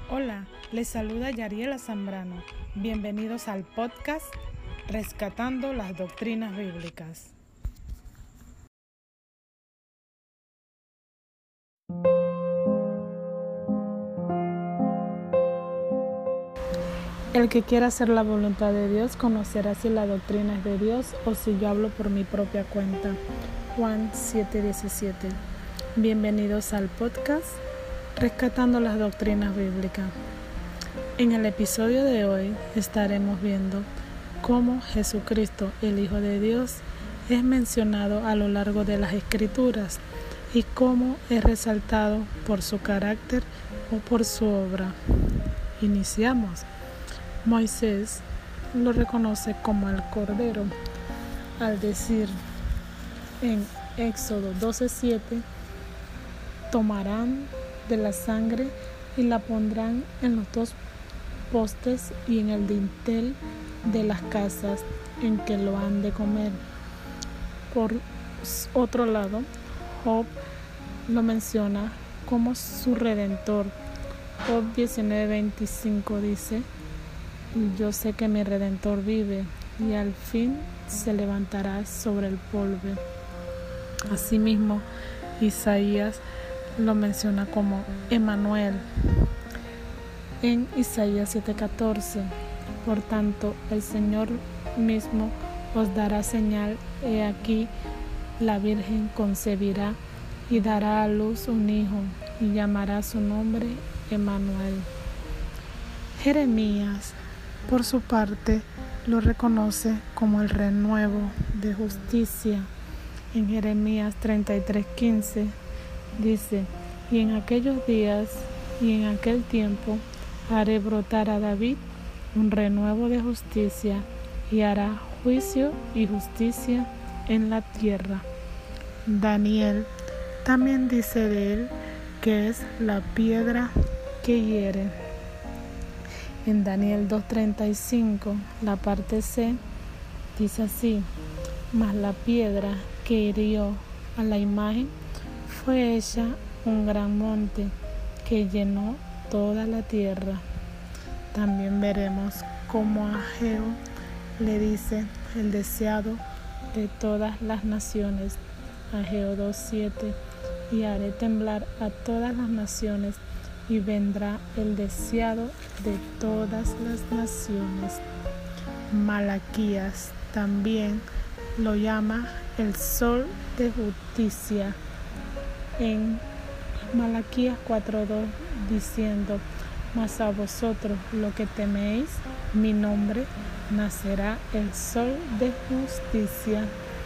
Hola, les saluda Yariela Zambrano. Bienvenidos al podcast Rescatando las Doctrinas Bíblicas. El que quiera hacer la voluntad de Dios conocerá si la doctrina es de Dios o si yo hablo por mi propia cuenta. Juan 7:17. Bienvenidos al podcast Rescatando las Doctrinas Bíblicas. En el episodio de hoy estaremos viendo cómo Jesucristo, el Hijo de Dios, es mencionado a lo largo de las Escrituras y cómo es resaltado por su carácter o por su obra. Iniciamos. Moisés lo reconoce como el Cordero al decir en Éxodo 12:7: tomarán de la sangre y la pondrán en los dos postes y en el dintel de las casas en que lo han de comer. Por otro lado, Job lo menciona como su Redentor. Job 19:25 dice: yo sé que mi Redentor vive y al fin se levantará sobre el polvo. Asimismo, Isaías lo menciona como Emmanuel en Isaías 7:14. Por tanto, el Señor mismo os dará señal: he aquí, la Virgen concebirá y dará a luz un hijo, y llamará su nombre Emmanuel. Jeremías, por su parte, lo reconoce como el renuevo de justicia. En Jeremías 33:15 dice: y en aquellos días y en aquel tiempo haré brotar a David un renuevo de justicia, y hará juicio y justicia en la tierra. Daniel también dice de él que es la piedra que hiere. En Daniel 2:35, la parte C, dice así: mas la piedra que hirió a la imagen fue hecha un gran monte que llenó toda la tierra. También veremos cómo Ageo le dice el deseado de todas las naciones. Ageo 2:7: y haré temblar a todas las naciones, y vendrá el deseado de todas las naciones. Malaquías también lo llama el sol de justicia en Malaquías 4:2, diciendo: mas a vosotros lo que teméis mi nombre, nacerá el sol de justicia.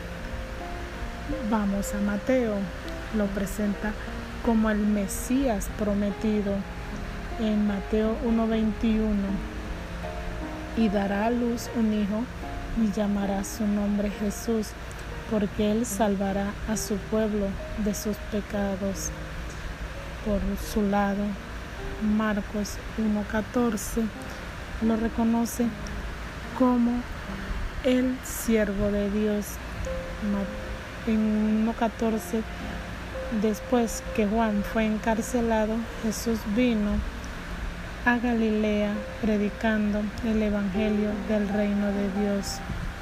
Vamos a Mateo, lo presenta como el Mesías prometido en Mateo 1:21: y dará a luz un hijo y llamará su nombre Jesús, porque él salvará a su pueblo de sus pecados. Por su lado, Marcos 1:14 lo reconoce como el siervo de Dios. En 1:14, después que Juan fue encarcelado, Jesús vino a Galilea predicando el evangelio del reino de Dios.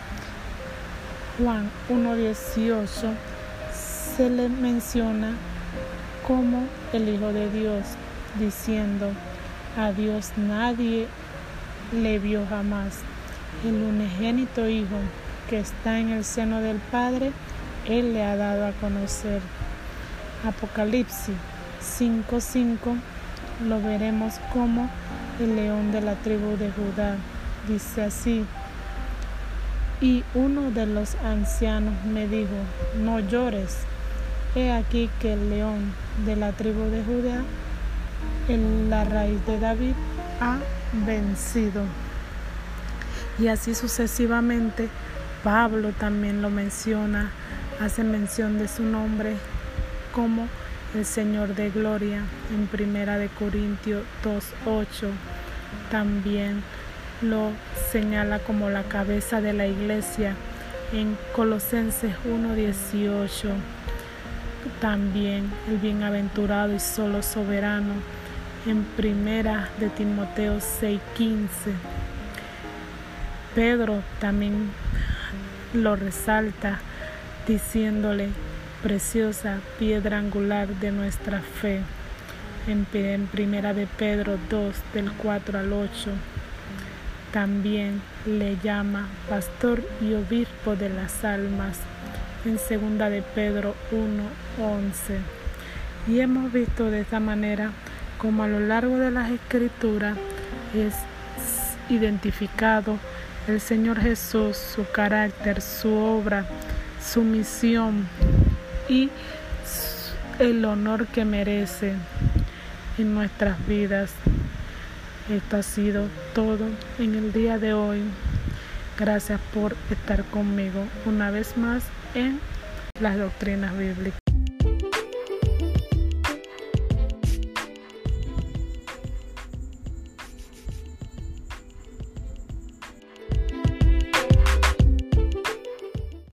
Juan 1:18 se le menciona como el Hijo de Dios, diciendo: a Dios nadie le vio jamás. El unigénito Hijo que está en el seno del Padre, Él le ha dado a conocer. Apocalipsis 5:5 lo veremos como el león de la tribu de Judá. Dice así: y uno de los ancianos me dijo: no llores, he aquí que el león de la tribu de Judá, la raíz de David, ha vencido. Y así sucesivamente. Pablo también lo menciona, hace mención de su nombre como el Señor de Gloria en 1 Corintios 2:8. También lo señala como la cabeza de la iglesia en Colosenses 1:18. También el bienaventurado y solo soberano en primera de Timoteo 6:15. Pedro también lo resalta diciéndole: preciosa piedra angular de nuestra fe, en primera de Pedro 2 del 4 al 8. También le llama pastor y obispo de las almas, en segunda de Pedro 1:11. Y hemos visto de esta manera como a lo largo de las Escrituras es identificado el Señor Jesús, su carácter, su obra, su misión y el honor que merece en nuestras vidas. Esto ha sido todo en el día de hoy. Gracias por estar conmigo una vez más en las doctrinas bíblicas.